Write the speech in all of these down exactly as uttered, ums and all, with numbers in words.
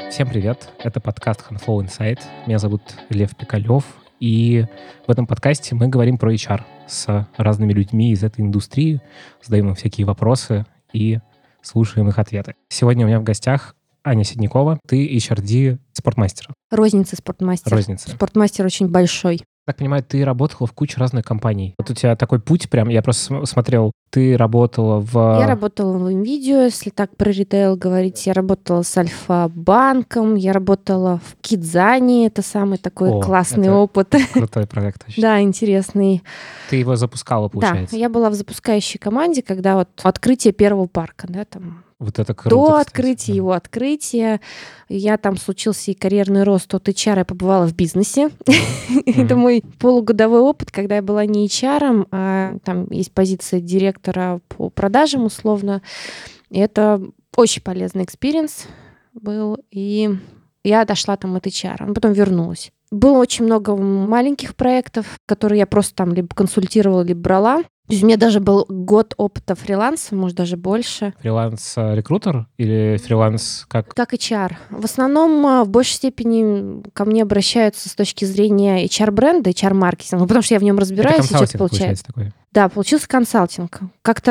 Всем привет, это подкаст Handflow Insight. Меня зовут Лев Пикалев, и в этом подкасте мы говорим про эйч ар с разными людьми из этой индустрии, задаем им всякие вопросы и слушаем их ответы. Сегодня у меня в гостях Аня Седнякова, ты эйч ар ди Спортмастера. Розница Спортмастер. Розница. Спортмастер очень большой. Так понимаю, ты работала в куче разных компаний. Вот у тебя такой путь прям, я просто смотрел, ты работала в... Я работала в Nvidia, если так про ритейл говорить. Я работала с Альфа-банком, я работала в Кидзане. Это самый такой О, классный это опыт. Крутой проект. Очень. Да, интересный. Ты его запускала, получается? Да, я была в запускающей команде, когда вот открытие первого парка, да, там... Вот это круто, До кстати, открытия, да. его открытия. Я там случился и карьерный рост от эйч ар, я побывала в бизнесе. Mm-hmm. Это мой полугодовой опыт, когда я была не эйч ар, а там есть позиция директора по продажам условно. И это очень полезный экспириенс был. И я дошла там от эйч ар, а потом вернулась. Было очень много маленьких проектов, которые я просто там либо консультировала, либо брала. То есть у меня даже был год опыта фриланса, может, даже больше. Фриланс-рекрутер или фриланс как? Как эйч ар. В основном в большей степени ко мне обращаются с точки зрения эйч ар-бренда, эйч ар-маркетинга, потому что я в нем разбираюсь. Это консалтинг, получается, такой? Да, получился консалтинг. Как-то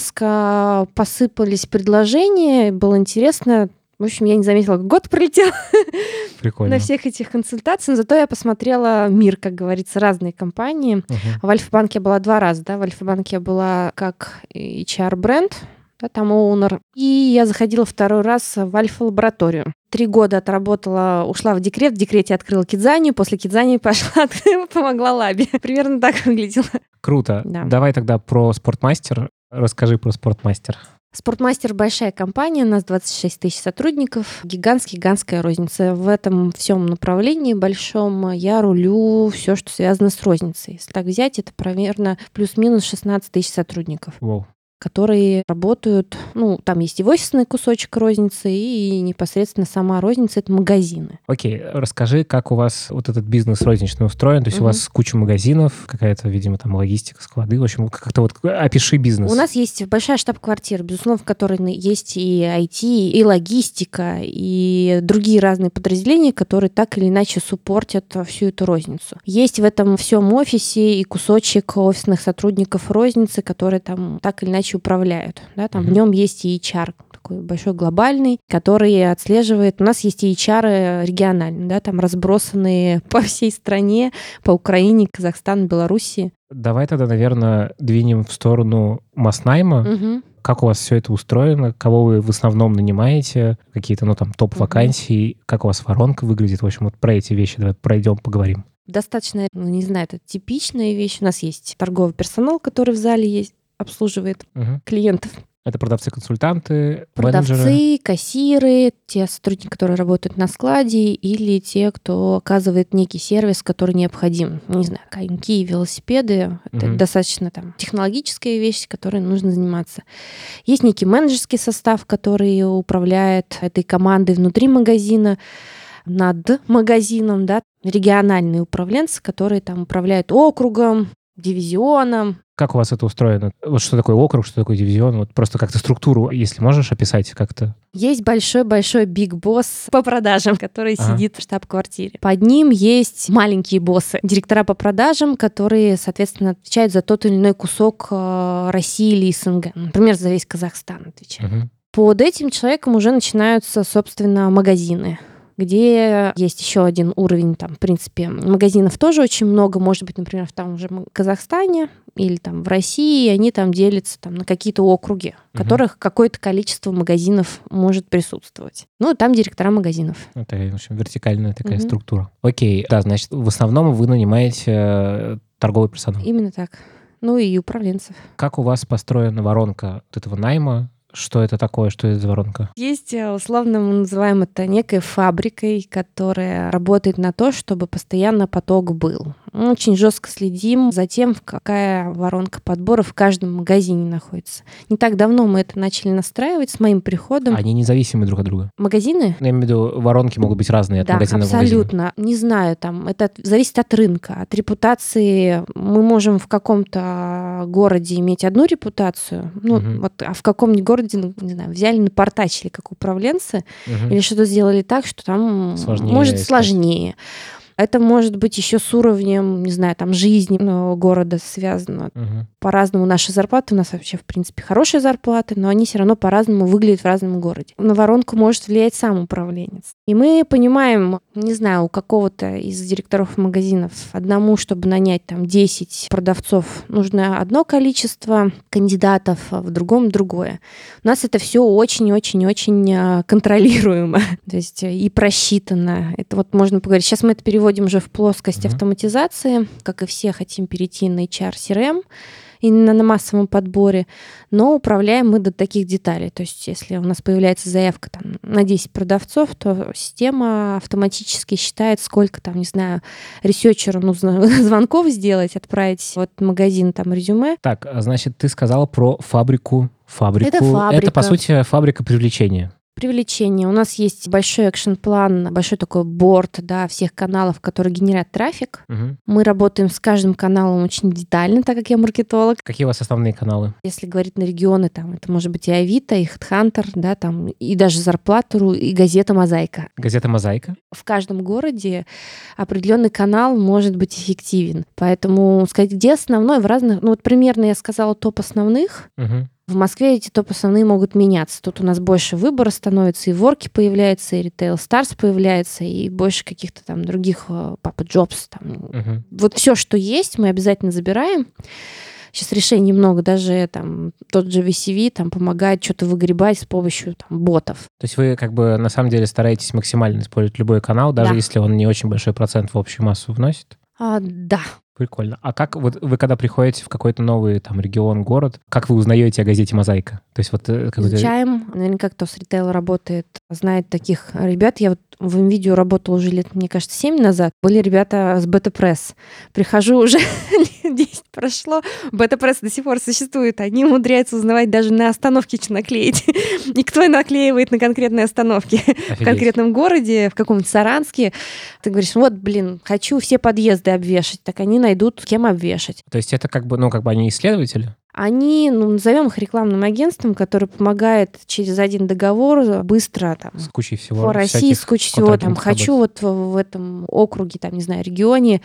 резко посыпались предложения, было интересно. В общем, я не заметила, как год пролетел. Прикольно. На всех этих консультациях. Но зато я посмотрела мир, как говорится, разные компании. Uh-huh. В Альфа-банке я была два раза. Да? В Альфа-банке я была как эйч ар-бренд, да, там оунер. И я заходила второй раз в Альфа-лабораторию. Три года отработала, ушла в декрет. В декрете открыла Кидзанию. После Кидзании пошла, помогла Лабе. Примерно так выглядело. Круто. Да. Давай тогда про Спортмастер. Расскажи про Спортмастер. Спортмастер — большая компания, у нас двадцать шесть тысяч сотрудников, гигантская-гигантская розница. В этом всем направлении большом я рулю все, что связано с розницей. Если так взять, это примерно плюс-минус шестнадцать тысяч сотрудников. Wow. Которые работают, ну, там есть и офисный кусочек розницы, и непосредственно сама розница — это магазины. Окей, расскажи, как у вас вот этот бизнес розничный устроен, то есть uh-huh. у вас куча магазинов, какая-то, видимо, там логистика, склады, в общем, как-то вот опиши бизнес. У нас есть большая штаб-квартира, безусловно, в которой есть и ай ти, и логистика, и другие разные подразделения, которые так или иначе суппортят всю эту розницу. Есть в этом всем офисе и кусочек офисных сотрудников розницы, которые там так или иначе управляют. Да, там mm-hmm. в нем есть и эйч ар, такой большой глобальный, который отслеживает. У нас есть и эйч ар региональные, да, там разбросанные по всей стране, по Украине, Казахстану, Белоруссии. Давай тогда, наверное, двинем в сторону масс-найма. Mm-hmm. Как у вас все это устроено? Кого вы в основном нанимаете? Какие-то, ну, там, топ-вакансии? Mm-hmm. Как у вас воронка выглядит? В общем, вот про эти вещи давай пройдем, поговорим. Достаточно, ну, не знаю, это типичная вещь. У нас есть торговый персонал, который в зале есть, обслуживает uh-huh. клиентов. Это продавцы-консультанты, Продавцы, менеджеры? Кассиры, те сотрудники, которые работают на складе, или те, кто оказывает некий сервис, который необходим. Не знаю, коньки, велосипеды. Это uh-huh. достаточно там технологическая вещь, которой нужно заниматься. Есть некий менеджерский состав, который управляет этой командой внутри магазина, над магазином, да, региональные управленцы, которые там управляют округом, дивизионом. Как у вас это устроено? Вот что такое округ, что такое дивизион? Вот просто как-то структуру, если можешь описать как-то. Есть большой-большой биг-босс по продажам, который ага. сидит в штаб-квартире. Под ним есть маленькие боссы, директора по продажам, которые, соответственно, отвечают за тот или иной кусок России или СНГ. Например, за весь Казахстан отвечают. Угу. Под этим человеком уже начинаются, собственно, магазины, где есть еще один уровень, там, в принципе, магазинов тоже очень много, может быть, например, в том же Казахстане или там в России, они там делятся там на какие-то округи, в которых uh-huh. какое-то количество магазинов может присутствовать. Ну, там директора магазинов. Это, в общем, вертикальная такая uh-huh. структура. Окей, да, значит, в основном вы нанимаете торговый персонал. Именно так. Ну и управленцев. Как у вас построена воронка вот этого найма? Что это такое? Что это за воронка? Есть, условно, мы называем это некой фабрикой, которая работает на то, чтобы постоянно поток был. Мы очень жестко следим за тем, какая воронка подбора в каждом магазине находится. Не так давно мы это начали настраивать с моим приходом. Они независимы друг от друга? Магазины? Я имею в виду, воронки могут быть разные от да, магазина к магазину. Абсолютно. Не знаю, там это зависит от рынка, от репутации. Мы можем в каком-то городе иметь одну репутацию, ну, угу. вот, а в каком-нибудь городе городе, ну, не знаю, взяли, напортачили как управленцы Угу. или что-то сделали так, что там Сложнее может искать. сложнее. Это может быть еще с уровнем, не знаю, там, жизни города связано. Угу. По-разному наши зарплаты, у нас вообще, в принципе, хорошие зарплаты, но они все равно по-разному выглядят в разном городе. На воронку может влиять сам управленец. И мы понимаем, не знаю, у какого-то из директоров магазинов одному, чтобы нанять там десять продавцов, нужно одно количество кандидатов, а в другом другое. У нас это все очень-очень-очень контролируемо, то есть и просчитано. Это вот можно поговорить. Сейчас мы это переводим уже в плоскость mm-hmm. автоматизации, как и все хотим перейти на эйч ар си эр эм, именно на массовом подборе, но управляем мы до таких деталей. То есть если у нас появляется заявка там, на десять продавцов, то система автоматически считает, сколько там, не знаю, ресерчеру нужно звонков сделать, отправить в этот магазин там резюме. Так, значит, ты сказала про фабрику. Фабрику. Это фабрика. Это, по сути, фабрика привлечения. Привлечение. У нас есть большой экшн-план, большой такой борд, да, всех каналов, которые генерят трафик. Угу. Мы работаем с каждым каналом очень детально, так как я маркетолог. Какие у вас основные каналы? Если говорить на регионы, там это может быть и Авито, и HeadHunter, да, там, и даже Зарплату.ру, и газета «Мозаика». Газета «Мозаика»? В каждом городе определенный канал может быть эффективен. Поэтому сказать, где основной, в разных... Ну вот примерно я сказала топ основных. Угу. В Москве эти топ основные могут меняться. Тут у нас больше выбора становится, и ворки появляются, и ритейл старс появляется, и больше каких-то там других Папа Джобс. Там. Угу. Вот все, что есть, мы обязательно забираем. Сейчас решений много, даже там тот же ви си ви там помогает что-то выгребать с помощью там ботов. То есть вы как бы на самом деле стараетесь максимально использовать любой канал, даже да. если он не очень большой процент в общую массу вносит? А, да. Прикольно. А как вот вы когда приходите в какой-то новый там регион, город, как вы узнаете о газете «Мозаика»? То есть вот изучаем. Наверняка кто с ритейла работает, знает таких ребят. Я вот в МВидео работала уже лет, мне кажется, семь назад. Были ребята с Бета-пресс. Прихожу уже десять прошло. Бета-пресс до сих пор существует. Они умудряются узнавать даже на остановке, что наклеить. И кто наклеивает на конкретной остановке. Офигеть. В конкретном городе, в каком-нибудь Саранске. Ты говоришь, вот, блин, хочу все подъезды обвешать. Так они найдут, кем обвешать. То есть это как бы, ну, как бы они исследователи? Они, ну, назовем их рекламным агентством, которое помогает через один договор быстро там, с кучей всего, по России, с кучей всего, там, хочу вот в, в этом округе, там, не знаю, регионе,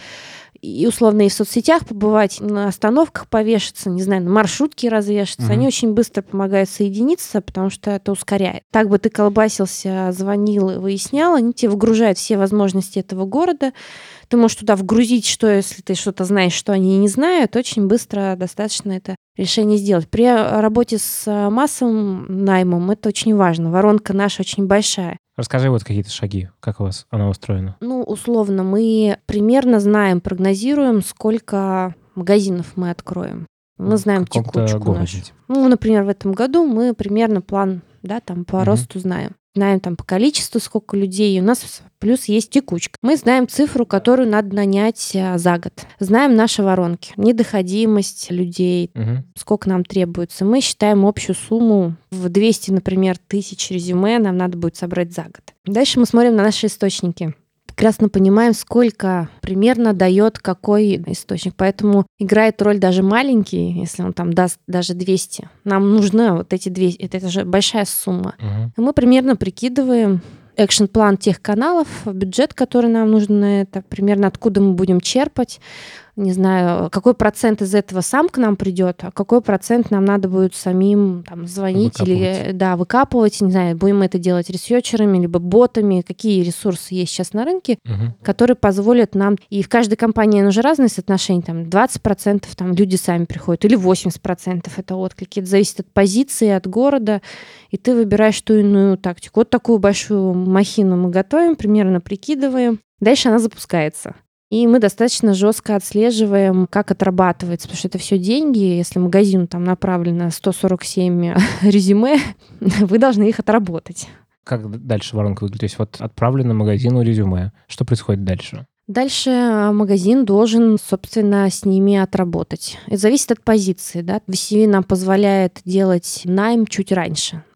и условно и в соцсетях побывать, на остановках повешаться, не знаю, на маршрутке развешаться. Угу. Они очень быстро помогают соединиться, потому что это ускоряет. Так бы ты колбасился, звонил и выяснял, они тебе выгружают все возможности этого города. Ты можешь туда вгрузить, что если ты что-то знаешь, что они не знают, очень быстро достаточно это решение сделать. При работе с массовым наймом это очень важно. Воронка наша очень большая. Расскажи вот какие-то шаги, как у вас она устроена. Ну, условно, мы примерно знаем, прогнозируем, сколько магазинов мы откроем. Мы знаем текучку нашу. Ну, например, в этом году мы примерно план, да, там по угу. росту знаем. Знаем там по количеству, сколько людей. И у нас плюс есть текучка. Мы знаем цифру, которую надо нанять за год. Знаем наши воронки, недоходимость людей, угу. сколько нам требуется. Мы считаем общую сумму в двести, например, тысяч резюме нам надо будет собрать за год. Дальше мы смотрим на наши источники. Прекрасно понимаем, сколько примерно дает какой источник. Поэтому играет роль даже маленький, если он там даст даже двести. Нам нужны вот эти двести, это, это же большая сумма. Uh-huh. И мы примерно прикидываем экшн-план тех каналов, бюджет, который нам нужен на это, примерно откуда мы будем черпать. Не знаю, какой процент из этого сам к нам придет, а какой процент нам надо будет самим там, звонить или да, выкапывать. Не знаю, будем мы это делать ресерчерами, либо ботами, какие ресурсы есть сейчас на рынке, угу. которые позволят нам... И в каждой компании уже разные соотношения, там двадцать процентов там, люди сами приходят, или восемьдесят процентов это отклики. Это зависит от позиции, от города, и ты выбираешь ту иную тактику. Вот такую большую махину мы готовим, примерно прикидываем. Дальше она запускается. И мы достаточно жестко отслеживаем, как отрабатывается, потому что это все деньги. Если магазину там направлено сто сорок семь резюме, вы должны их отработать. Как дальше воронка выглядит? То есть вот отправлено магазину резюме. Что происходит дальше? Дальше магазин должен, собственно, с ними отработать. Это зависит от позиции. Да? ви си ви нам позволяет делать найм чуть раньше.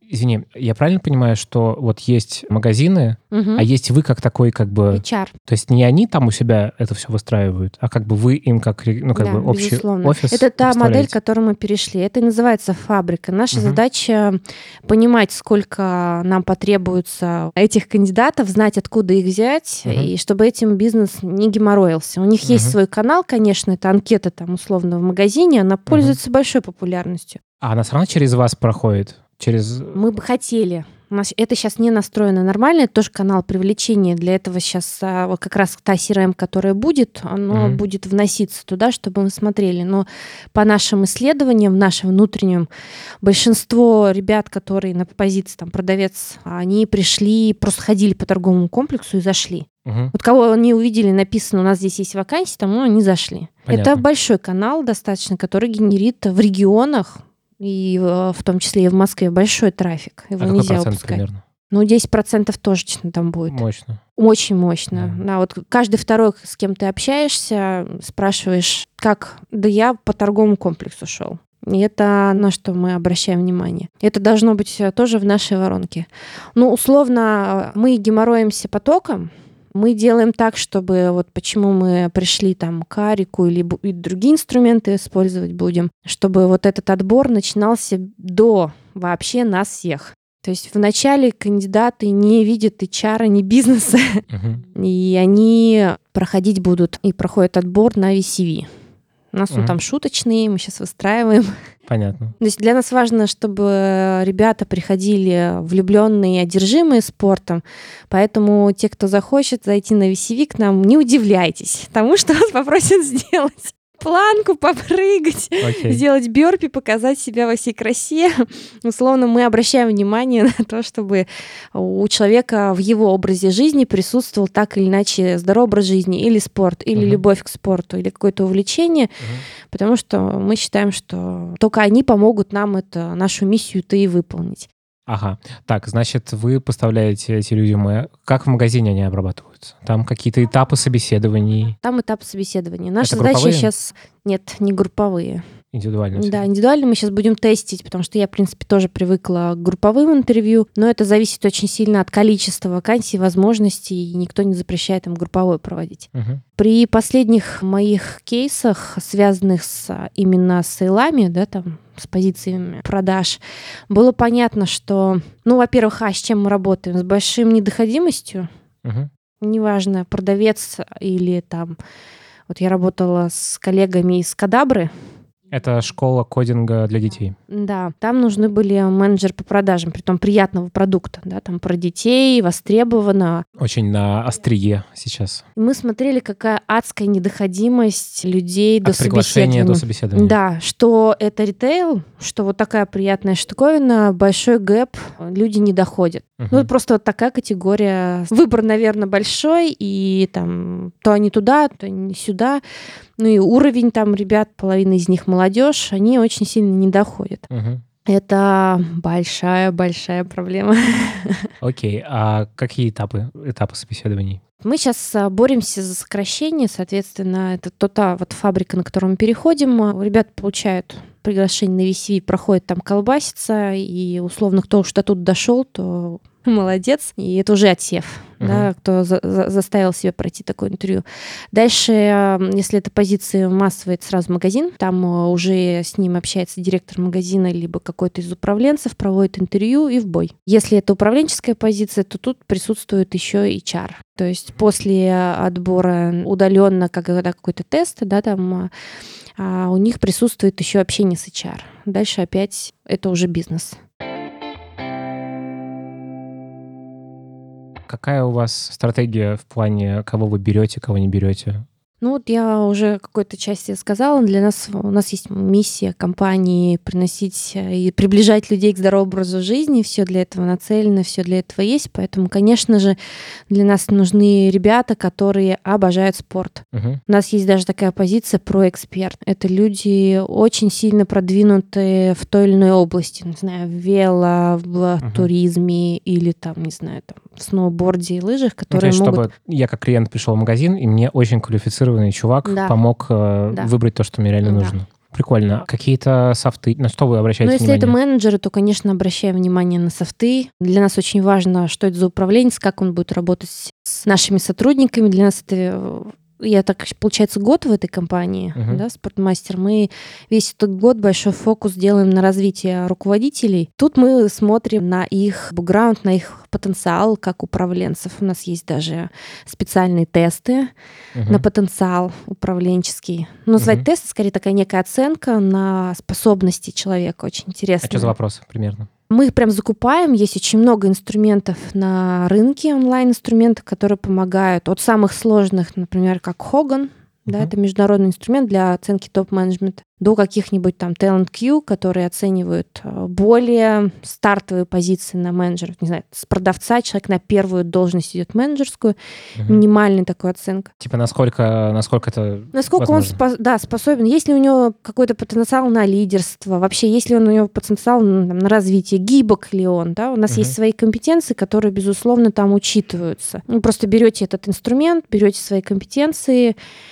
Извини, я правильно понимаю, что вот есть магазины, угу. а есть вы как такой как бы... эйч ар. То есть не они там у себя это все выстраивают, а как бы вы им как, ну, как да, бы общий безусловно. офис Это та модель, к которой мы перешли. Это и называется фабрика. Наша угу. задача понимать, сколько нам потребуется этих кандидатов, знать, откуда их взять, угу. и чтобы этим бизнес не геморроился. У них угу. есть свой канал, конечно, это анкета там условно в магазине, она пользуется угу. большой популярностью. А она все равно через вас проходит? Через... Мы бы хотели. У нас это сейчас не настроено нормально, это тоже канал привлечения. Для этого сейчас вот как раз та си ар эм, которая будет, она mm-hmm. будет вноситься туда, чтобы мы смотрели. Но по нашим исследованиям, нашим внутренним, большинство ребят, которые на позиции там, продавец, они пришли, просто ходили по торговому комплексу и зашли. Uh-huh. Вот кого они увидели, написано, у нас здесь есть вакансия, там, ну, они зашли. Понятно. Это большой канал достаточно, который генерит в регионах, и в том числе и в Москве, большой трафик. Его а нельзя какой процент упускать. Примерно? Ну, десять процентов точно там будет. Мощно. Очень мощно. Yeah. Да, вот каждый второй, с кем ты общаешься, спрашиваешь, как? Да я по торговому комплексу шел. И это на что мы обращаем внимание. Это должно быть тоже в нашей воронке. Ну, условно, мы геморроимся потоком, мы делаем так, чтобы вот почему мы пришли там к Арику или и другие инструменты использовать будем, чтобы вот этот отбор начинался до вообще нас всех. То есть вначале кандидаты не видят эйч ар, ни бизнеса, uh-huh. и они проходить будут и проходят отбор на ви си ви. У нас uh-huh. он там шуточный, мы сейчас выстраиваем. Понятно. То есть для нас важно, чтобы ребята приходили влюбленные и одержимые спортом, поэтому те, кто захочет зайти на ви си ви к нам, не удивляйтесь тому, что вас попросят сделать планку, попрыгать, okay. сделать бёрпи, показать себя во всей красе. Условно, мы обращаем внимание на то, чтобы у человека в его образе жизни присутствовал так или иначе здоровый образ жизни, или спорт, или uh-huh. любовь к спорту, или какое-то увлечение, uh-huh. потому что мы считаем, что только они помогут нам это, нашу миссию-то и выполнить. Ага. Так, значит, вы поставляете эти резюме. Как в магазине они обрабатываются? Там какие-то этапы собеседований? Там этапы собеседования. Наша Это задача групповые? Сейчас... Нет, не групповые. Индивидуально? Да, индивидуально мы сейчас будем тестить, потому что я, в принципе, тоже привыкла к групповым интервью, но это зависит очень сильно от количества вакансий, возможностей, и никто не запрещает им групповое проводить. Угу. При последних моих кейсах, связанных с, именно с сейлами, да, там, с позициями продаж, было понятно, что, ну, во-первых, а с чем мы работаем? С большим недоходимостью. Угу. Неважно, продавец или там... Вот я работала с коллегами из Кадабры. Это школа кодинга для детей. Да, там нужны были менеджеры по продажам, притом приятного продукта, да, там про детей, востребовано. Очень на острие сейчас. И мы смотрели, какая адская недоходимость людей до От приглашения до собеседования. Да, что это ритейл, что вот такая приятная штуковина, большой гэп, люди не доходят. Uh-huh. Ну, это просто вот такая категория. Выбор, наверное, большой, и там то они туда, то они сюда. Ну и уровень там ребят, половина из них молодежь, они очень сильно не доходят. Uh-huh. Это большая-большая проблема. Окей, okay. А какие этапы, этапы собеседований? Мы сейчас боремся за сокращение, соответственно, это то та вот фабрика, на которую мы переходим. Ребята получают приглашение на ви си ви, проходит там колбасится, и условно кто уж до тут дошел, то молодец. И это уже отсев, uh-huh. да, кто за- за- заставил себя пройти такое интервью. Дальше, если это позиция массовая, это сразу магазин. Там уже с ним общается директор магазина, либо какой-то из управленцев, проводит интервью и в бой. Если это управленческая позиция, то тут присутствует еще эйч ар. То есть после отбора удаленно, когда какой-то тест, да, там а у них присутствует еще общение с эйч ар. Дальше опять это уже бизнес. Какая у вас стратегия в плане, кого вы берете, кого не берете? Ну вот я уже какой-то части сказала, для нас, у нас есть миссия компании приносить и приближать людей к здоровому образу жизни, все для этого нацелено, все для этого есть, поэтому, конечно же, для нас нужны ребята, которые обожают спорт. Uh-huh. У нас есть даже такая позиция проэксперт. Это люди очень сильно продвинутые в той или иной области, не знаю, в вело, в uh-huh. туризме или там, не знаю, там, в сноуборде и лыжах, которые ну, то есть, могут... чтобы я как клиент пришел в магазин, и мне очень квалифицированный чувак да. помог э, да. выбрать то, что мне реально да. нужно. Прикольно. Какие-то софты, на что вы обращаете внимание? Ну, если внимание? это менеджеры, то, конечно, обращаем внимание на софты. Для нас очень важно, что это за управленец, как он будет работать с нашими сотрудниками. Для нас это... Я так, получается, год в этой компании, uh-huh. да, Спортмастер. Мы весь этот год большой фокус делаем на развитие руководителей. Тут мы смотрим на их бэкграунд, на их потенциал как управленцев. У нас есть даже специальные тесты uh-huh. на потенциал управленческий. Ну, назвать uh-huh. тест, скорее, такая некая оценка на способности человека. Очень интересно. А что за вопросы примерно? Мы их прям закупаем. Есть очень много инструментов на рынке, онлайн-инструментов, которые помогают от самых сложных, например, как Hogan, uh-huh. да, это международный инструмент для оценки топ-менеджмента, до каких-нибудь там TalentQ, которые оценивают более стартовые позиции на менеджеров. Не знаю, с продавца человек на первую должность идет менеджерскую, uh-huh. минимальная такая оценка. Типа насколько, насколько это Насколько возможно? он спо- да, способен, есть ли у него какой-то потенциал на лидерство, вообще есть ли он, у него потенциал на, там, на развитие, гибок ли он, да, у нас uh-huh. есть свои компетенции, которые, безусловно, там учитываются. Вы просто берете этот инструмент, берете свои компетенции,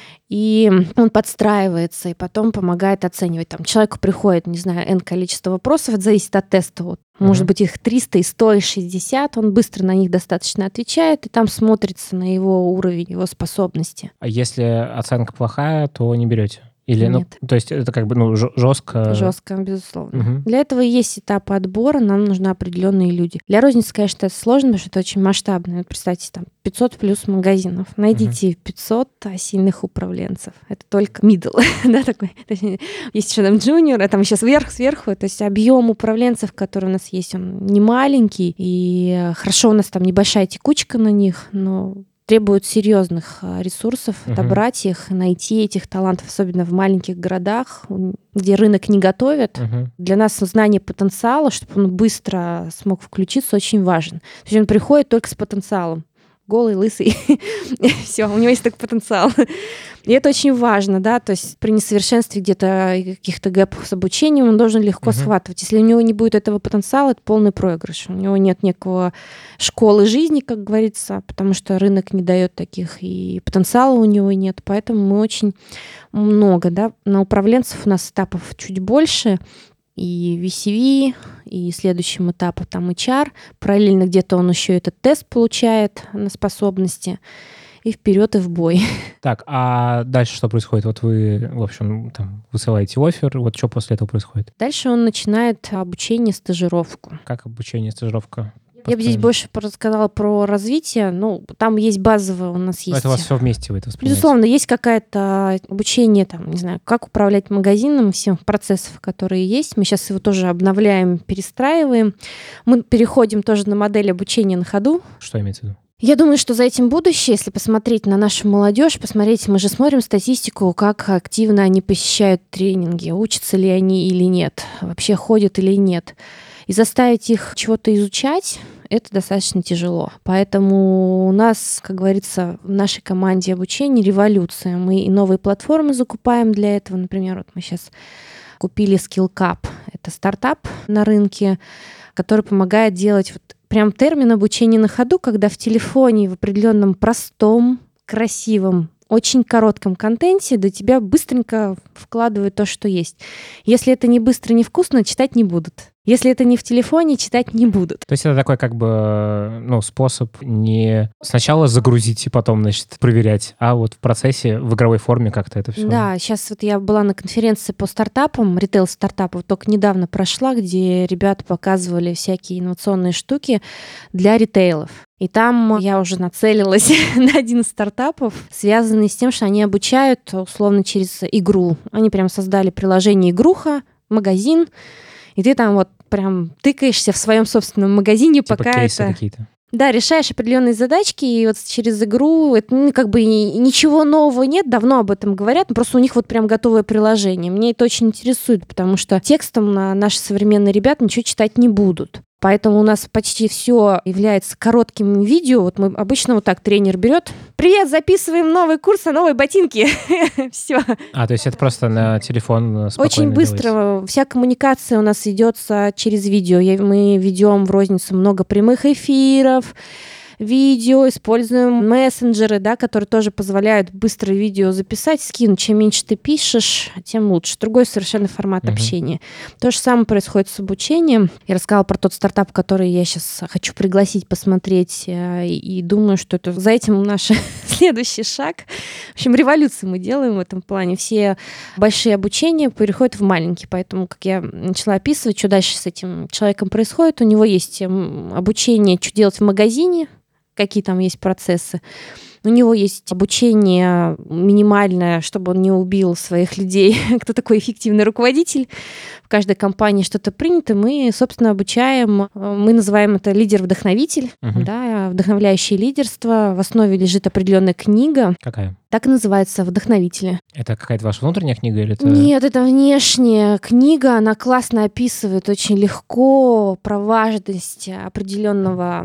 и он подстраивается, и потом помогает оценивать. Там человеку приходит, не знаю, N количество вопросов, это зависит от теста. Вот. Uh-huh. Может быть, их триста, и сто, и шестьдесят. Он быстро на них достаточно отвечает, и там смотрится на его уровень, его способности. А если оценка плохая, то не берете? Или, Нет. Ну, то есть это как бы ну, жестко? Жестко, безусловно. Угу. Для этого есть этапы отбора, нам нужны определенные люди. Для розницы, конечно, это сложно, потому что это очень масштабно. Представьте, там пятьсот плюс магазинов. Найдите угу. пятьсот сильных управленцев. Это только middle, да, такой. Есть еще там junior, а там еще сверху, сверху. То есть объем управленцев, который у нас есть, он не маленький. И хорошо, у нас там небольшая текучка на них, но требуют серьезных ресурсов, uh-huh. отобрать их, найти этих талантов, особенно в маленьких городах, где рынок не готовят. Uh-huh. Для нас знание потенциала, чтобы он быстро смог включиться, очень важен. То есть он приходит только с потенциалом. Голый, лысый, все, у него есть такой потенциал. И это очень важно, да, то есть при несовершенстве где-то каких-то гэпов с обучением он должен легко uh-huh. схватывать. Если у него не будет этого потенциала, это полный проигрыш. У него нет никакого школы жизни, как говорится, потому что рынок не дает таких, и потенциала у него нет. Поэтому мы очень много, да, на управленцев у нас этапов чуть больше, и ви си ви, и следующим этапом там эйч ар. Параллельно где-то он еще этот тест получает на способности. И вперед, и в бой. Так, а дальше что происходит? Вот вы, в общем, там высылаете оффер, вот что после этого происходит? Дальше он начинает обучение, стажировку. Как обучение, стажировка? Я бы здесь больше рассказала про развитие. Ну, там есть базовое, у нас есть... Но это у вас все вместе вы это воспринимаете? Безусловно, есть какое-то обучение, там, не знаю, как управлять магазином, всех процессов, которые есть. Мы сейчас его тоже обновляем, перестраиваем. Мы переходим тоже на модель обучения на ходу. Что имеется в виду? Я думаю, что за этим будущее, если посмотреть на нашу молодежь, посмотреть, мы же смотрим статистику, как активно они посещают тренинги, учатся ли они или нет, вообще ходят или нет. И заставить их чего-то изучать — это достаточно тяжело. Поэтому у нас, как говорится, в нашей команде обучения революция. Мы и новые платформы закупаем для этого. Например, вот мы сейчас купили SkillCap. Это стартап на рынке, который помогает делать вот прям термин обучения на ходу, когда в телефоне в определенном простом, красивом, очень коротком контенте до тебя быстренько вкладывают то, что есть. Если это не быстро, не вкусно, читать не будут. Если это не в телефоне, читать не будут. То есть это такой как бы ну, способ не сначала загрузить и потом, значит, проверять, а вот в процессе, в игровой форме как-то это все. Да, сейчас вот я была на конференции по стартапам, ритейл-стартапов, только недавно прошла, где ребята показывали всякие инновационные штуки для ритейлов. И там я уже нацелилась на один из стартапов, связанный с тем, что они обучают условно через игру. Они прям создали приложение «Игруха», магазин, и ты там вот прям тыкаешься в своем собственном магазине, типа пока кейсы это... какие-то. Да, решаешь определенные задачки, и вот через игру это ну, как бы ничего нового нет, давно об этом говорят, но просто у них вот прям готовое приложение. Мне это очень интересует, потому что текстом наши современные ребята ничего читать не будут. Поэтому у нас почти все является коротким видео. Вот мы обычно вот так тренер берет. Привет, записываем новый курс о новой ботинке. Все. А, то есть это просто на телефон спокойно Очень быстро. Делается. Вся коммуникация у нас идет через видео. Мы ведем в розницу много прямых эфиров. видео, используем мессенджеры, да, которые тоже позволяют быстро видео записать, скинуть. Чем меньше ты пишешь, тем лучше. Другой совершенно формат uh-huh. общения. То же самое происходит с обучением. Я рассказала про тот стартап, который я сейчас хочу пригласить посмотреть, и думаю, что это за этим наш следующий шаг. В общем, революцию мы делаем в этом плане. Все большие обучения переходят в маленькие, поэтому, как я начала описывать, что дальше с этим человеком происходит, у него есть обучение, что делать в магазине, какие там есть процессы. У него есть обучение минимальное, чтобы он не убил своих людей. Кто такой эффективный руководитель? В каждой компании что-то принято. Мы, собственно, обучаем. Мы называем это лидер-вдохновитель. Uh-huh. Да, вдохновляющее лидерство. В основе лежит определенная книга. Какая? Так и называется «Вдохновители». Это какая-то ваша внутренняя книга? Или это... Нет, это внешняя книга. Она классно описывает очень легко про важность определенного...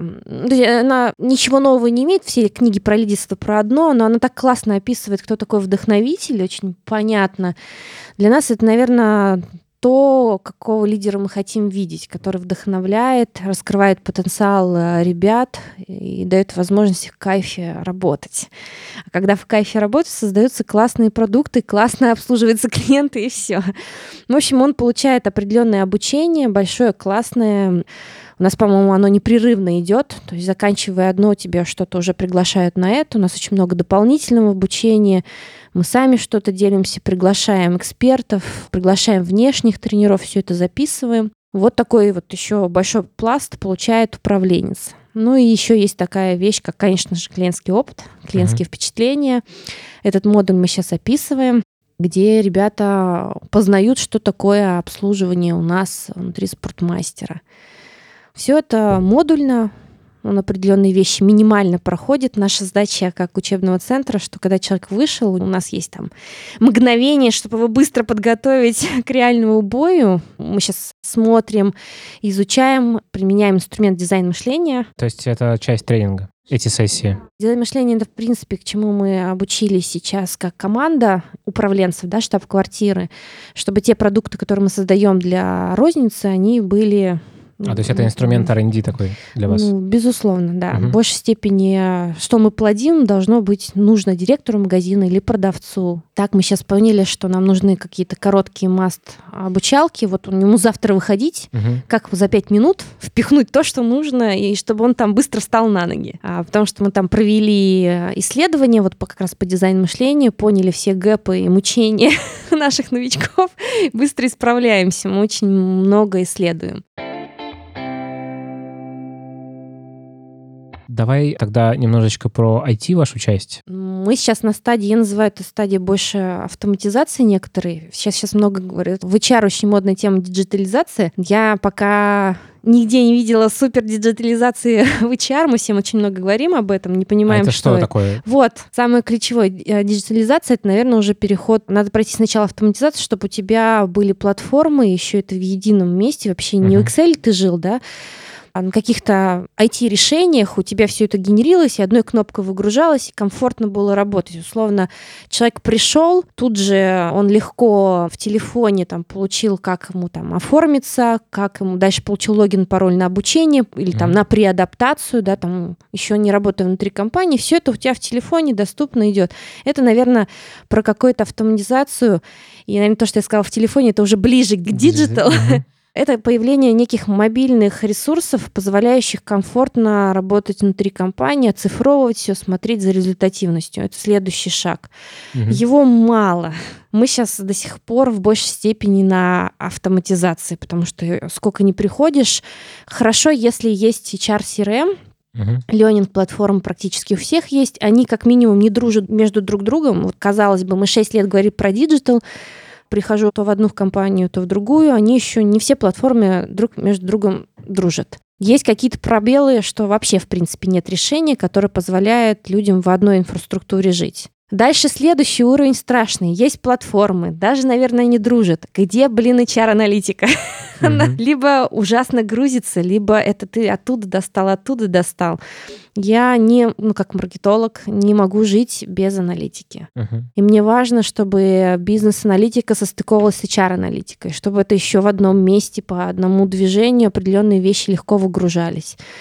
Она ничего нового не имеет. Все книги про лидерство про одно, но она так классно описывает, кто такой вдохновитель, очень понятно. Для нас это, наверное, то, какого лидера мы хотим видеть, который вдохновляет, раскрывает потенциал ребят и дает возможность в кайфе работать. А когда в кайфе работать, создаются классные продукты, классно обслуживаются клиенты и все. В общем, он получает определенное обучение, большое, классное. У нас, по-моему, оно непрерывно идет, то есть заканчивая одно, тебя что-то уже приглашают на это. У нас очень много дополнительного обучения. Мы сами что-то делимся, приглашаем экспертов, приглашаем внешних тренеров, все это записываем. Вот такой вот еще большой пласт получает управленец. Ну и еще есть такая вещь, как, конечно же, клиентский опыт, клиентские uh-huh. впечатления. Этот модуль мы сейчас описываем, где ребята познают, что такое обслуживание у нас внутри спортмастера. Все это модульно, он определенные вещи минимально проходит. Наша задача как учебного центра, что когда человек вышел, у нас есть там мгновение, чтобы его быстро подготовить к реальному бою. Мы сейчас смотрим, изучаем, применяем инструмент дизайн мышления. То есть это часть тренинга, эти сессии? Дизайн мышления — это, в принципе, к чему мы обучились сейчас как команда управленцев, да, штаб-квартиры, чтобы те продукты, которые мы создаем для розницы, они были... А, то есть это инструмент ар энд ди такой для вас? Ну, безусловно, да. Угу. В большей степени, что мы плодим, должно быть нужно директору магазина или продавцу. Так мы сейчас поняли, что нам нужны какие-то короткие маст-обучалки. Вот ему завтра выходить, угу. как за пять минут впихнуть то, что нужно, и чтобы он там быстро встал на ноги. А, потому что мы там провели исследования вот по, как раз по дизайну мышления, поняли все гэпы и мучения наших новичков, быстро исправляемся. Мы очень много исследуем. Давай тогда немножечко про ай ти, вашу часть. Мы сейчас на стадии, я называю это стадия больше автоматизации некоторые. Сейчас, сейчас много говорят. В эйч ар очень модная тема диджитализации. Я пока нигде не видела супер диджитализации в эйч ар. Мы всем очень много говорим об этом, не понимаем, а это что... что такое? Вот, самое ключевое. Диджитализация — это, наверное, уже переход. Надо пройти сначала автоматизацию, чтобы у тебя были платформы, еще это в едином месте. Вообще не uh-huh. в Excel ты жил, да? А на каких-то ай ти-решениях у тебя все это генерилось, и одной кнопкой выгружалось, и комфортно было работать. Условно, человек пришел, тут же он легко в телефоне там, получил, как ему там оформиться, как ему дальше получил логин, пароль на обучение или там, mm-hmm. на преадаптацию, да, там, еще не работая внутри компании. Все это у тебя в телефоне доступно идет. Это, наверное, про какую-то автоматизацию. И, наверное, то, что я сказала в телефоне, это уже ближе к диджитал. Mm-hmm. Это появление неких мобильных ресурсов, позволяющих комфортно работать внутри компании, оцифровывать все, смотреть за результативностью. Это следующий шаг. Угу. Его мало. Мы сейчас до сих пор в большей степени на автоматизации, потому что сколько ни приходишь, хорошо, если есть эйч ар си ар эм, Uh-huh. Ленинг-платформ практически у всех есть. Они как минимум не дружат между друг другом. Вот, казалось бы, мы шесть лет говорим про диджитал, прихожу то в одну компанию, то в другую, они еще не все платформы друг между другом дружат. Есть какие-то пробелы, что вообще, в принципе, нет решения, которое позволяет людям в одной инфраструктуре жить. Дальше следующий уровень страшный. Есть платформы, даже, наверное, не дружат. Где, блин, эйч ар-аналитика? Mm-hmm. Она либо ужасно грузится, либо это ты оттуда достал, оттуда достал. Я не, ну, как маркетолог, не могу жить без аналитики. Uh-huh. И мне важно, чтобы бизнес-аналитика состыковалась с эйч ар-аналитикой, чтобы это еще в одном месте по одному движению определенные вещи легко выгружались.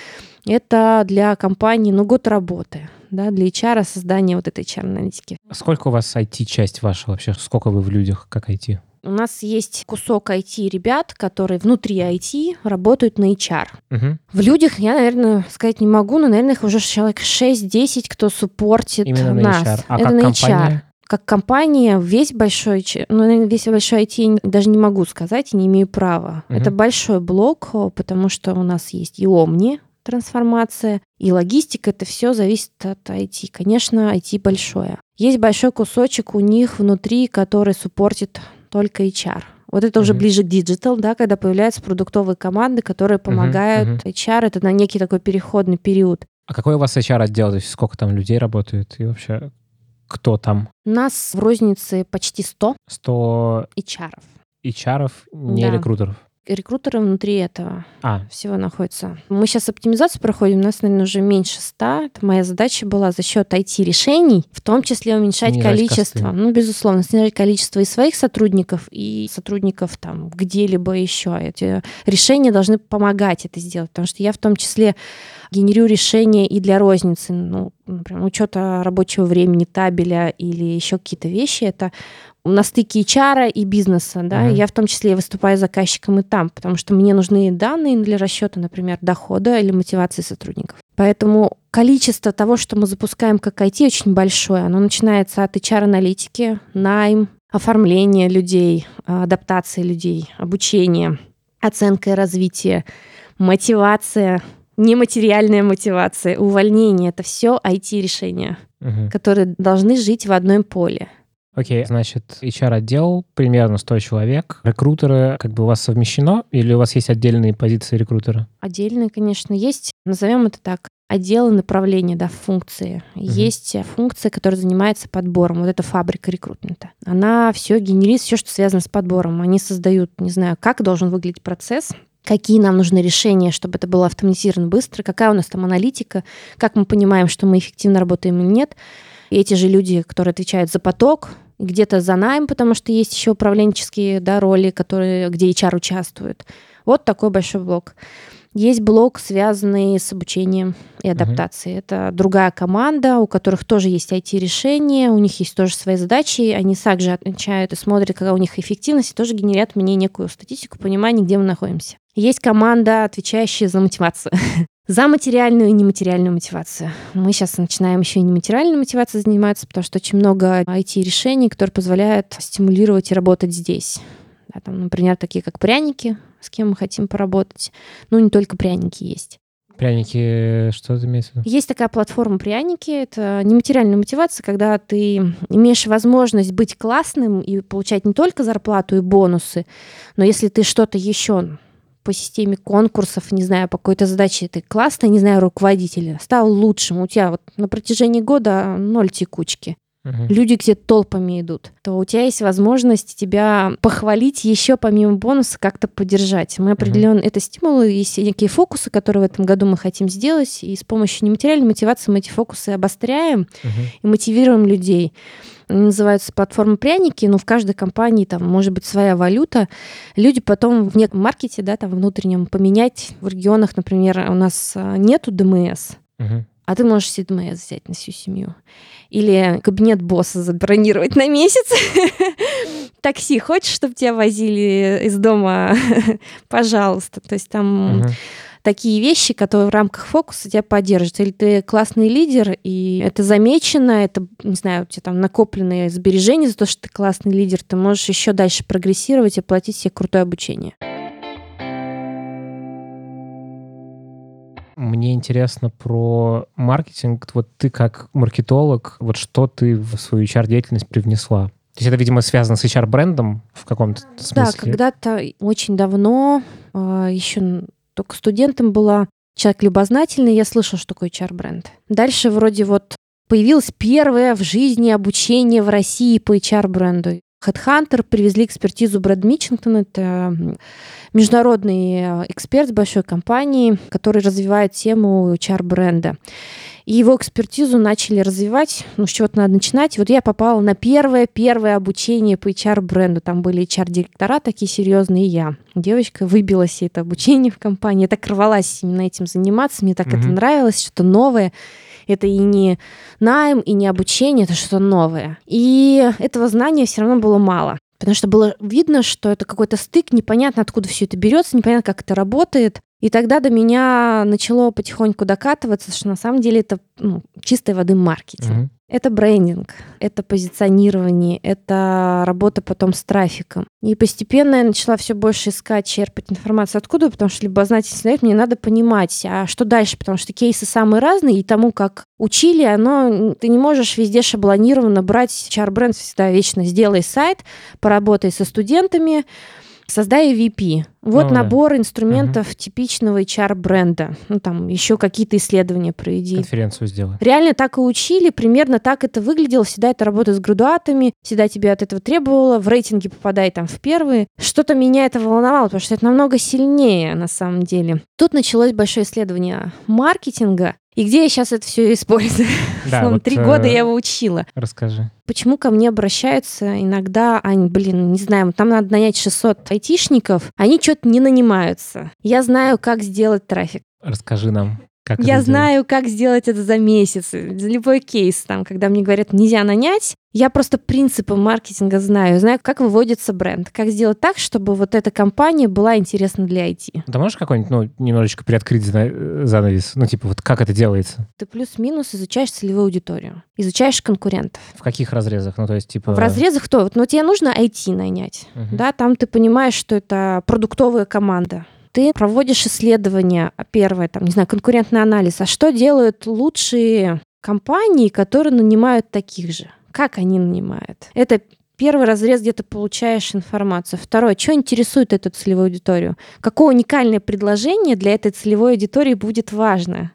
Это для компании, ну, год работы, да, для эйч ар, создания вот этой эйч ар-аналитики. Сколько у вас ай ти-часть ваша вообще? Сколько вы в людях, как ай ти? У нас есть кусок ай ти-ребят, которые внутри ай ти работают на эйч ар. Угу. В людях я, наверное, сказать не могу, но, наверное, их уже человек шесть-десять, кто суппортит Именно на нас. эйч ар. А Это как на компания? эйч ар. Как компания, весь большой, ну, наверное, весь большой ай ти я даже не могу сказать и не имею права. Угу. Это большой блок, потому что у нас есть и Omni, трансформация, и логистика, это все зависит от ай ти. Конечно, ай ти большое. Есть большой кусочек у них внутри, который суппортит только эйч ар. Вот это uh-huh. уже ближе к диджитал, да, когда появляются продуктовые команды, которые помогают uh-huh. Uh-huh. эйч ар. Это на некий такой переходный период. А какой у вас эйч ар-отдел? То есть сколько там людей работает и вообще кто там? У нас в рознице почти сто. сто эйч ар-ов. эйч ар-ов, не да. рекрутеров? Рекрутеры внутри этого а. всего находятся. Мы сейчас оптимизацию проходим, у нас, наверное, уже меньше ста. Это моя задача была за счет ай ти-решений, в том числе уменьшать снижать количество, косты. ну, безусловно, снижать количество и своих сотрудников, и сотрудников там где-либо еще. Эти решения должны помогать это сделать, потому что я в том числе генерирую решения и для розницы, ну, например, учета рабочего времени, табеля или еще какие-то вещи. Это на стыке эйч ар и бизнеса, да, uh-huh. я в том числе выступаю заказчиком и там, потому что мне нужны данные для расчета, например, дохода или мотивации сотрудников. Поэтому количество того, что мы запускаем как ай ти, очень большое. Оно начинается от эйч ар-аналитики, найм, оформления людей, адаптации людей, обучение, оценка и развитие, мотивация, нематериальная мотивация, увольнение. Это все ай ти-решения, uh-huh. которые должны жить в одном поле. Окей, okay, значит, эйч ар-отдел примерно сто человек. Рекрутеры как бы у вас совмещено или у вас есть отдельные позиции рекрутера? Отдельные, конечно, есть. Назовем это так. Отделы направления, да, функции. Uh-huh. Есть функция, которая занимается подбором. Вот это фабрика рекрутмента. Она все генерит, все, что связано с подбором. Они создают, не знаю, как должен выглядеть процесс, какие нам нужны решения, чтобы это было автоматизировано быстро, какая у нас там аналитика, как мы понимаем, что мы эффективно работаем или нет. И эти же люди, которые отвечают за поток, где-то за найм, потому что есть еще управленческие, да, роли, которые, где эйч ар участвует. Вот такой большой блок. Есть блок, связанный с обучением и адаптацией. Uh-huh. Это другая команда, у которых тоже есть ай ти-решения, у них есть тоже свои задачи, они также отмечают и смотрят, какая у них эффективность, и тоже генерят мне некую статистику, понимание, где мы находимся. Есть команда, отвечающая за мотивацию. За материальную и нематериальную мотивацию. Мы сейчас начинаем еще и нематериальной мотивацией заниматься, потому что очень много ай ти-решений, которые позволяют стимулировать и работать здесь. Да, там, например, такие как пряники, с кем мы хотим поработать. Ну, не только пряники есть. Пряники, что это имеется в виду? Есть такая платформа «Пряники». Это нематериальная мотивация, когда ты имеешь возможность быть классным и получать не только зарплату и бонусы, но если ты что-то еще по системе конкурсов, не знаю, по какой-то задаче ты классный, не знаю, руководитель, стал лучшим, у тебя вот на протяжении года ноль текучки. Uh-huh. Люди где-то толпами идут, то у тебя есть возможность тебя похвалить еще помимо бонуса, как-то поддержать. Мы определенно, uh-huh. это стимулы, есть некие фокусы, которые в этом году мы хотим сделать, и с помощью нематериальной мотивации мы эти фокусы обостряем uh-huh. и мотивируем людей. Они называются платформы «Пряники», но в каждой компании там может быть своя валюта. Люди потом в неком маркете, да, там внутреннем поменять. В регионах, например, у нас нету дэ эм эс, uh-huh. а ты можешь себе дэ эм эс взять на всю семью. Или кабинет босса забронировать на месяц. Такси хочешь, чтобы тебя возили из дома? Пожалуйста. То есть там uh-huh. такие вещи, которые в рамках фокуса тебя поддержат. Или ты классный лидер, и это замечено, это, не знаю, у тебя там накопленные сбережения за то, что ты классный лидер, ты можешь еще дальше прогрессировать и платить себе крутое обучение. Мне интересно про маркетинг. Вот ты как маркетолог, вот что ты в свою эйч ар-деятельность привнесла? То есть это, видимо, связано с эйч ар-брендом в каком-то смысле? Да, когда-то очень давно, еще только студентом была, человек любознательный, я слышала, что такое эйч ар-бренд. Дальше вроде вот появилось первое в жизни обучение в России по эйч ар-бренду. HeadHunter привезли экспертизу Брэд Митчингтон. Это международный эксперт с большой компании, который развивает тему эйч ар-бренда. и его экспертизу начали развивать. Ну, с чего-то надо начинать. И вот я попала на первое-первое обучение по эйч ар-бренду. Там были эйч ар-директора такие серьезные, и я. Девочка выбила себе это обучение в компании. Я так рвалась именно этим заниматься. Мне так mm-hmm. это нравилось, что-то новое. Это и не найм, и не обучение, это что-то новое. И этого знания все равно было мало. Потому что было видно, что это какой-то стык, непонятно, откуда все это берется, непонятно, как это работает. И тогда до меня начало потихоньку докатываться, что на самом деле это ну, чистой воды маркетинг. Mm-hmm. Это брендинг, это позиционирование, это работа потом с трафиком. И постепенно я начала все больше искать, черпать информацию откуда, потому что любознательный человек, мне надо понимать, а что дальше, потому что кейсы самые разные, и тому, как учили, оно, ты не можешь везде шаблонированно брать эйч ар-бренд всегда вечно. Сделай сайт, поработай со студентами, создай ви пи. Вот ну, набор да. инструментов uh-huh. типичного эйч ар-бренда. Ну, там еще какие-то исследования проведи. Конференцию сделай. Реально так и учили, примерно так это выглядело. Всегда это работа с градуатами, всегда тебе от этого требовало. В рейтинге попадай там в первые. Что-то меня это волновало, потому что это намного сильнее на самом деле. Тут началось большое исследование маркетинга. И где я сейчас это все использую? Да, вот, Три года я его учила. Расскажи. Почему ко мне обращаются иногда, Ань, блин, не знаю, там надо нанять шестьсот айтишников, они что-то не нанимаются. Я знаю, как сделать трафик. Расскажи нам. Как я это знаю, делать? Как сделать это за месяц. За любой кейс, там, когда мне говорят, нельзя нанять, я просто принципы маркетинга знаю. Знаю, как выводится бренд. Как сделать так, чтобы вот эта компания была интересна для ай ти. Ты можешь какой-нибудь, ну, немножечко приоткрыть занавес? Ну, типа, вот как это делается? Ты плюс-минус изучаешь целевую аудиторию. Изучаешь конкурентов. В каких разрезах? Ну, то есть, типа... В разрезах кто? Вот, ну, тебе нужно ай ти нанять. Uh-huh. Да, там ты понимаешь, что это продуктовая команда. Ты проводишь исследования, первое, там, не знаю, конкурентный анализ. А что делают лучшие компании, которые нанимают таких же? Как они нанимают? Это первый разрез, где ты получаешь информацию. Второе, что интересует эту целевую аудиторию? Какое уникальное предложение для этой целевой аудитории будет важно?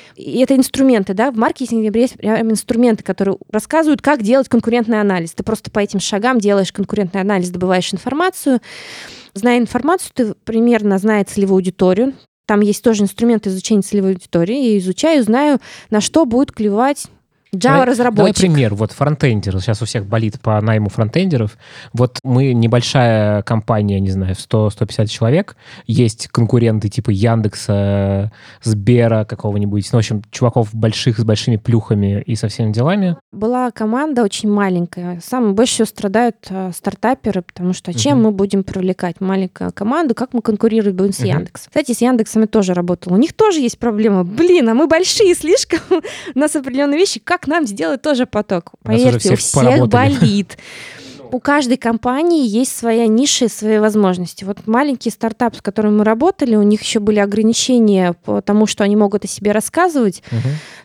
И это инструменты, да, в маркетинге есть прям инструменты, которые рассказывают, как делать конкурентный анализ. Ты просто по этим шагам делаешь конкурентный анализ, добываешь информацию. Зная информацию, ты примерно знаешь целевую аудиторию. Там есть тоже инструменты изучения целевой аудитории. Я изучаю, знаю, на что будет клевать Java-разработчик. Давай пример. Вот фронтендер. Сейчас у всех болит по найму фронтендеров. Вот мы небольшая компания, не знаю, сто - сто пятьдесят человек. Есть конкуренты типа Яндекса, Сбера какого-нибудь. Ну, в общем, чуваков больших с большими плюхами и со всеми делами. Была команда очень маленькая. Самые больше всего страдают э, стартаперы, потому что чем uh-huh. мы будем привлекать маленькую команду, как мы конкурируем будем с uh-huh. Яндексом. Кстати, с Яндексом я тоже работала. У них тоже есть проблема. Блин, а мы большие слишком. У нас определенные вещи. Как нам сделать тоже поток? Поверьте, у всех болит. У каждой компании есть своя ниша и свои возможности. Вот маленький стартап, с которым мы работали, у них еще были ограничения по тому, что они могут о себе рассказывать, угу.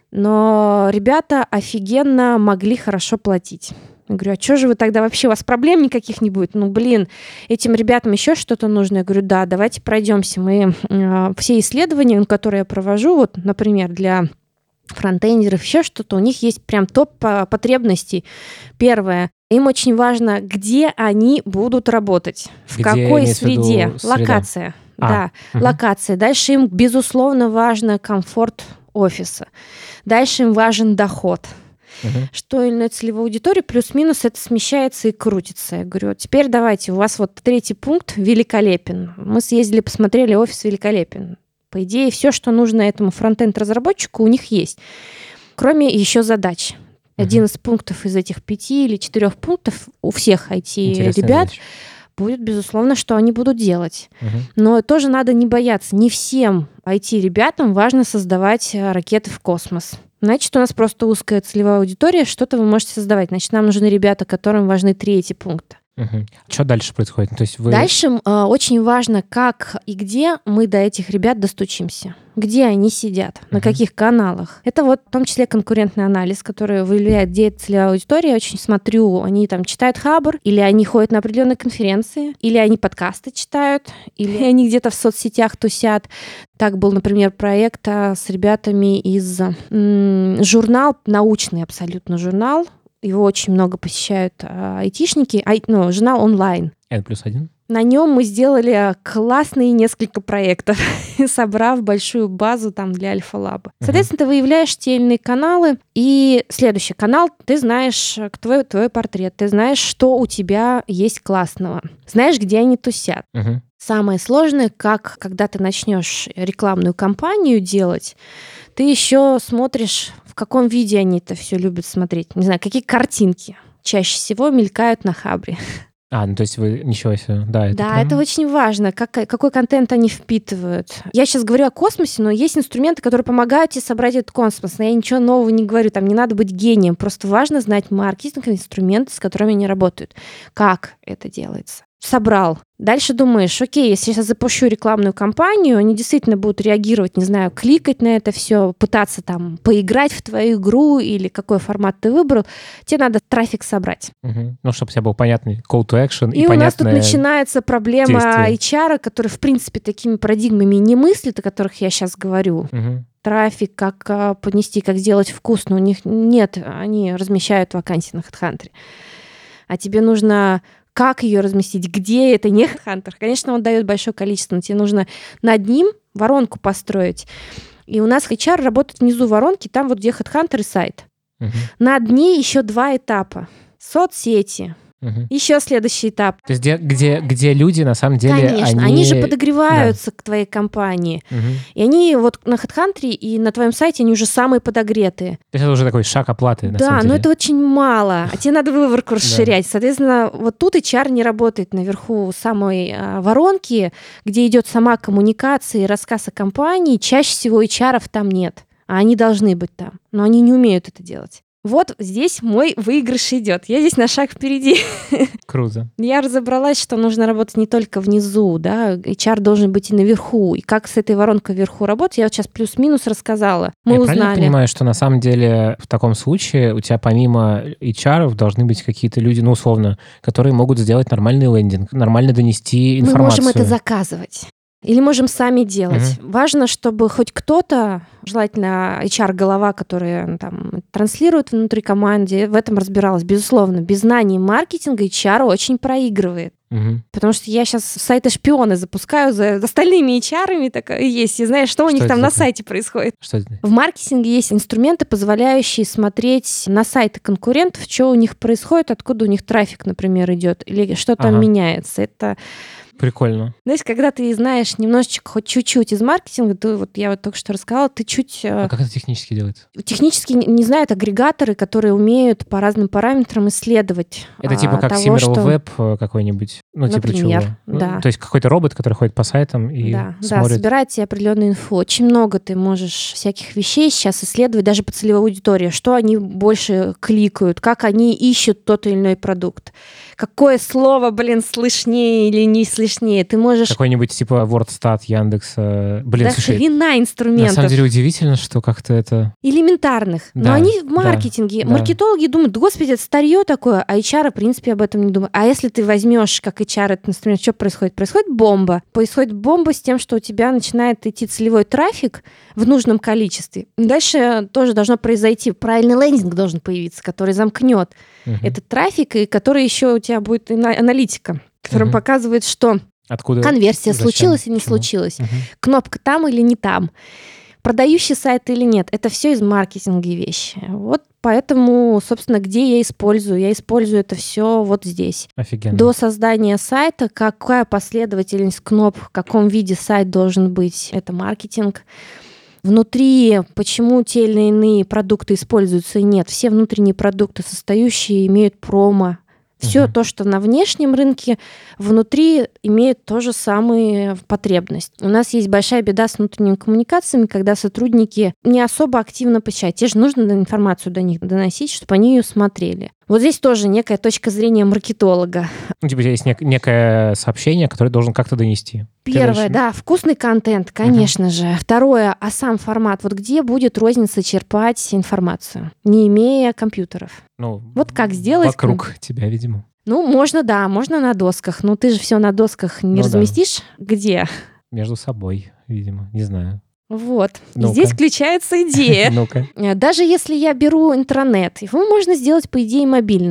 но ребята офигенно могли хорошо платить. Я говорю, а что же вы тогда вообще, у вас проблем никаких не будет? Ну, блин, этим ребятам еще что-то нужно? Я говорю, да, давайте пройдемся. Мы э, все исследования, которые я провожу, вот, например, для фронтендеров, еще что-то, у них есть прям топ потребностей. Первое, им очень важно, где они будут работать, в где, какой среде, локация. А, да, угу. локация. Дальше им, безусловно, важно комфорт офиса. Дальше им важен доход. Угу. Что или на целевую аудиторию, плюс-минус это смещается и крутится. Я говорю, теперь давайте, у вас вот третий пункт великолепен. Мы съездили, посмотрели, офис великолепен. По идее, все, что нужно этому фронтенд-разработчику, у них есть. Кроме еще задач. Uh-huh. Один из пунктов из этих пяти или четырех пунктов у всех ай ти-ребят будет, безусловно, что они будут делать. Uh-huh. Но тоже надо не бояться. Не всем ай ти-ребятам важно создавать ракеты в космос. Значит, у нас просто узкая целевая аудитория, что-то вы можете создавать. Значит, нам нужны ребята, которым важны третий пункт. Угу. Что дальше происходит? Ну, то есть вы... Дальше э, очень важно, как и где мы до этих ребят достучимся. Где они сидят, угу. на каких каналах. Это вот в том числе конкурентный анализ, который выявляет, где эта целевая аудитория. Я очень смотрю, они там читают Хабр, или они ходят на определенные конференции, или они подкасты читают, или они где-то в соцсетях тусят. Так был, например, проект а, с ребятами из м- журнал, научный абсолютно журнал. Его очень много посещают а, айтишники. Ай, ну, журнал онлайн. Н плюс один? На нем мы сделали классные несколько проектов, собрав большую базу там для Альфа-Лаба. Uh-huh. Соответственно, ты выявляешь те или иные каналы, и следующий канал, ты знаешь твой, твой портрет, ты знаешь, что у тебя есть классного, знаешь, где они тусят. Uh-huh. Самое сложное, как когда ты начнешь рекламную кампанию делать, ты еще смотришь, в каком виде они это все любят смотреть. Не знаю, какие картинки чаще всего мелькают на Хабре. А, ну то есть вы ничего себе, да. Это да, прям... это очень важно, как, какой контент они впитывают. Я сейчас говорю о космосе, но есть инструменты, которые помогают тебе собрать этот космос. Но я ничего нового не говорю, там не надо быть гением. Просто важно знать маркетинг, инструменты, с которыми они работают. Как это делается? Собрал. Дальше думаешь, окей, если я сейчас запущу рекламную кампанию, они действительно будут реагировать, не знаю, кликать на это все, пытаться там поиграть в твою игру или какой формат ты выбрал, тебе надо трафик собрать. Угу. Ну, чтобы у тебя был понятный call to action и, и понятное у нас тут начинается проблема действие. эйч ар, который, в принципе, такими парадигмами не мыслит, о которых я сейчас говорю. Угу. Трафик, как а, понести, как сделать вкусно. У них нет, они размещают вакансии на HeadHunter. А тебе нужно... Как ее разместить, где это, не HeadHunter. Конечно, он дает большое количество, но тебе нужно над ним воронку построить. И у нас эйч ар работает внизу воронки, там вот где HeadHunter и сайт. Uh-huh. Над ней еще два этапа. Соцсети. Uh-huh. Еще следующий этап. То есть где, где, где люди, на самом деле, Конечно, они... они же подогреваются да. к твоей компании. Uh-huh. И они вот на HeadHunter и на твоем сайте, они уже самые подогретые. То есть это уже такой шаг оплаты, на да, самом деле. но это очень мало. А тебе надо выборку расширять. Соответственно, вот тут эйч ар не работает наверху самой а, воронки, где идет сама коммуникация и рассказ о компании. Чаще всего эйч ар-ов там нет. А они должны быть там. Но они не умеют это делать. Вот здесь мой выигрыш идет. Я здесь на шаг впереди. Круто. Я разобралась, что нужно работать не только внизу, да, эйч ар должен быть и наверху. И как с этой воронкой вверху работать, я вот сейчас плюс-минус рассказала. Мы я узнали. Правильно понимаю, что на самом деле в таком случае у тебя помимо эйч ар-ов должны быть какие-то люди, ну, условно, которые могут сделать нормальный лендинг, нормально донести информацию. Мы можем это заказывать. Или можем сами делать. Uh-huh. Важно, чтобы хоть кто-то, желательно эйч ар-голова, которая там транслирует внутри команды, в этом разбиралась. Безусловно, без знаний маркетинга эйч ар очень проигрывает. Uh-huh. Потому что я сейчас сайты шпионы запускаю за остальными эйч ар-ами, так и есть. И знаешь, что, что у них там такое? На сайте происходит. Что это? В маркетинге есть инструменты, позволяющие смотреть на сайты конкурентов, что у них происходит, откуда у них трафик, например, идет, или что там ага. меняется. Это... Прикольно. Знаешь, когда ты знаешь немножечко, хоть чуть-чуть из маркетинга, ты, вот я вот только что рассказала, ты чуть... А как это технически делается? Технически не, не знают агрегаторы, которые умеют по разным параметрам исследовать. Это типа как того, Similar что... Web какой-нибудь? Ну, Например, типа чего? да. Ну, то есть какой-то робот, который ходит по сайтам и да, смотрит... Да, собирает тебе определенную инфу. Очень много ты можешь всяких вещей сейчас исследовать, даже по целевой аудитории, что они больше кликают, как они ищут тот или иной продукт. Какое слово, блин, слышнее или не слышнее. Ты можешь... Какой-нибудь типа WordStat, Яндекса. Блин, да слушай, хрена инструментов. На самом деле удивительно, что как-то это... Элементарных. Да, но они в маркетинге. Да, маркетологи да. думают, господи, это старье такое, а эйч ар, в принципе, об этом не думают. А если ты возьмешь как эйч ар этот инструмент, что происходит? Происходит бомба. Происходит бомба с тем, что у тебя начинает идти целевой трафик в нужном количестве. Дальше тоже должно произойти. Правильный лендинг должен появиться, который замкнет угу. этот трафик, и который еще у тебя будет аналитика, которая угу. показывает, что Откуда? конверсия Зачем? случилась или не Почему? случилась, угу. кнопка там или не там, продающий сайт или нет. Это все из маркетинга вещи. Вот поэтому, собственно, где я использую? Я использую это все вот здесь. Офигенно. До создания сайта, какая последовательность кнопок, в каком виде сайт должен быть, это маркетинг. Внутри, почему те или иные продукты используются и нет. Все внутренние продукты, состоящие, имеют промо. Все uh-huh. то, что на внешнем рынке, внутри имеет то же самое потребность. У нас есть большая беда с внутренними коммуникациями, когда сотрудники не особо активно посещают. Тебе же нужно информацию до них доносить, чтобы они ее смотрели. Вот здесь тоже некая точка зрения маркетолога. Ну, типа, есть нек- некое сообщение, которое должен как-то донести. Первое, да, вкусный контент, конечно uh-huh. же. Второе, а сам формат. Вот где будет розница черпать информацию, не имея компьютеров? Ну, вот как сделать? Вокруг комп... тебя, видимо. Ну, можно, да, можно на досках. Но ты же все на досках не ну, разместишь. Да. Где? Между собой, видимо, не знаю. Вот. Ну-ка. И здесь включается идея. Ну-ка. Даже если я беру интранет, его можно сделать, по идее, мобильным.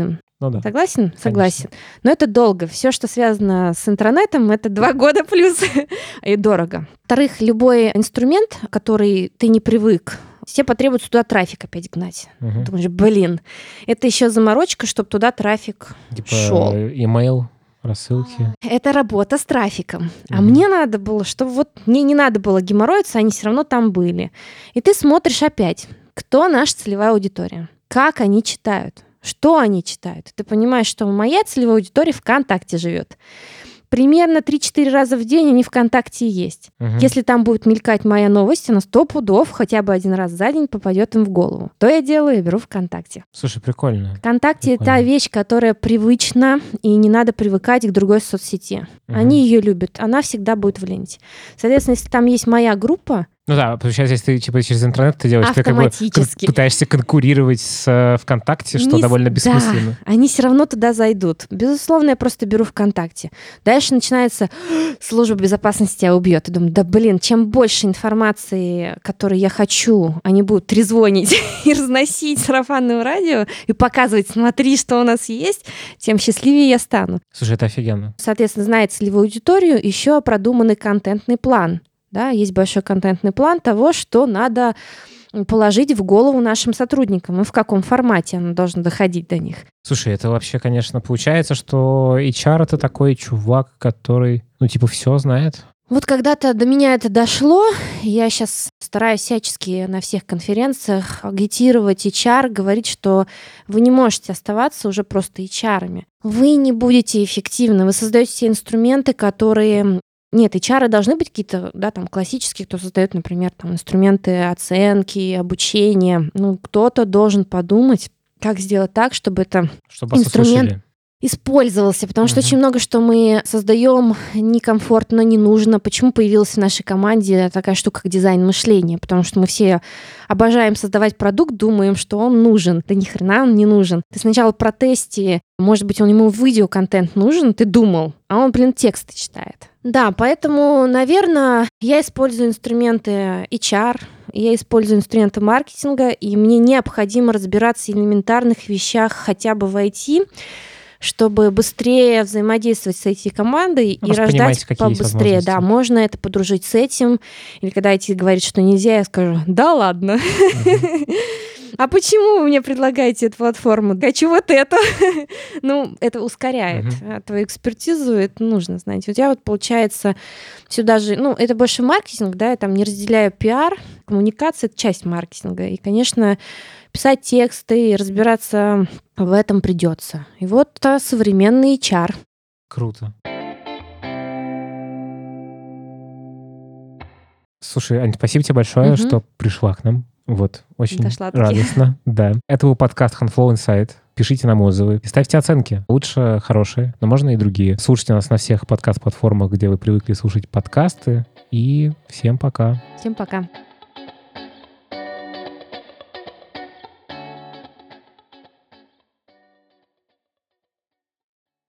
Ну да. Согласен? Согласен. Конечно. Но это долго. Все, что связано с интернетом, это два года плюс. И дорого. Во-вторых, любой инструмент, который ты не привык, все потребуют туда трафик опять гнать. Угу. Думаешь, блин, это еще заморочка, чтобы туда трафик типа шел. Имейл, рассылки. Это работа с трафиком. Угу. А мне надо было, чтобы вот мне не надо было геморроиться, они все равно там были. И ты смотришь опять, кто наша целевая аудитория, как они читают. Что они читают? Ты понимаешь, что моя целевая аудитория ВКонтакте живет. Примерно три-четыре раза в день они ВКонтакте есть. Угу. Если там будет мелькать моя новость, она сто пудов хотя бы один раз за день попадет им в голову. То я делаю, я беру ВКонтакте. Слушай, прикольно. ВКонтакте прикольно. Это та вещь, которая привычна, и не надо привыкать к другой соцсети. Угу. Они ее любят, она всегда будет в ленте. Соответственно, если там есть моя группа, ну да, получается, если ты типа через интернет ты делаешь, ты как бы пытаешься конкурировать с э, ВКонтакте, что не, довольно бессмысленно. Да, они все равно туда зайдут. Безусловно, я просто беру ВКонтакте. Дальше начинается служба безопасности тебя убьет. Я думаю, да блин, чем больше информации, которую я хочу, они будут трезвонить и разносить сарафанным радио и показывать, смотри, что у нас есть, тем счастливее я стану. Слушай, это офигенно. Соответственно, зная целевую аудиторию, еще продуманный контентный план. Да, есть большой контентный план того, что надо положить в голову нашим сотрудникам и в каком формате оно должно доходить до них. Слушай, это вообще, конечно, получается, что эйч ар — это такой чувак, который, ну, типа, все знает. Вот когда-то до меня это дошло, я сейчас стараюсь всячески на всех конференциях агитировать эйч ар, говорить, что вы не можете оставаться уже просто эйч ар-ами. Вы не будете эффективны, вы создаете все инструменты, которые... Нет, эйч ар должны быть какие-то, да, там, классические, кто создает, например, там, инструменты оценки, обучения. Ну, кто-то должен подумать, как сделать так, чтобы это чтобы инструмент послушали. Использовался, потому что uh-huh. очень много, что мы создаем, некомфортно, не нужно. Почему появилась в нашей команде такая штука, как дизайн мышления? Потому что мы все обожаем создавать продукт, думаем, что он нужен. Да ни хрена он не нужен. Ты сначала протести, может быть, он ему видеоконтент нужен, ты думал, а он, блин, тексты читает. Да, поэтому, наверное, я использую инструменты эйч ар, я использую инструменты маркетинга, и мне необходимо разбираться в элементарных вещах хотя бы в ай ти, чтобы быстрее взаимодействовать с ай ти-командой и рождать побыстрее. Да, можно это подружить с этим. Или когда ай ти говорит, что нельзя, я скажу, да ладно. А почему вы мне предлагаете эту платформу? Хочу вот это. Ну, это ускоряет твою экспертизу, это нужно знать. У тебя вот получается сюда же, ну, это больше маркетинг, да, я там не разделяю пиар, коммуникация — это часть маркетинга. И, конечно, писать тексты и разбираться в этом придется. И вот это современный эйч ар. Круто. Слушай, Ань, спасибо тебе большое, угу. что пришла к нам. Вот, очень Дошла радостно. Да. Это был подкаст Handflow Insight. Пишите нам отзывы и ставьте оценки. Лучше хорошие, но можно и другие. Слушайте нас на всех подкаст-платформах, где вы привыкли слушать подкасты. И всем пока. Всем пока.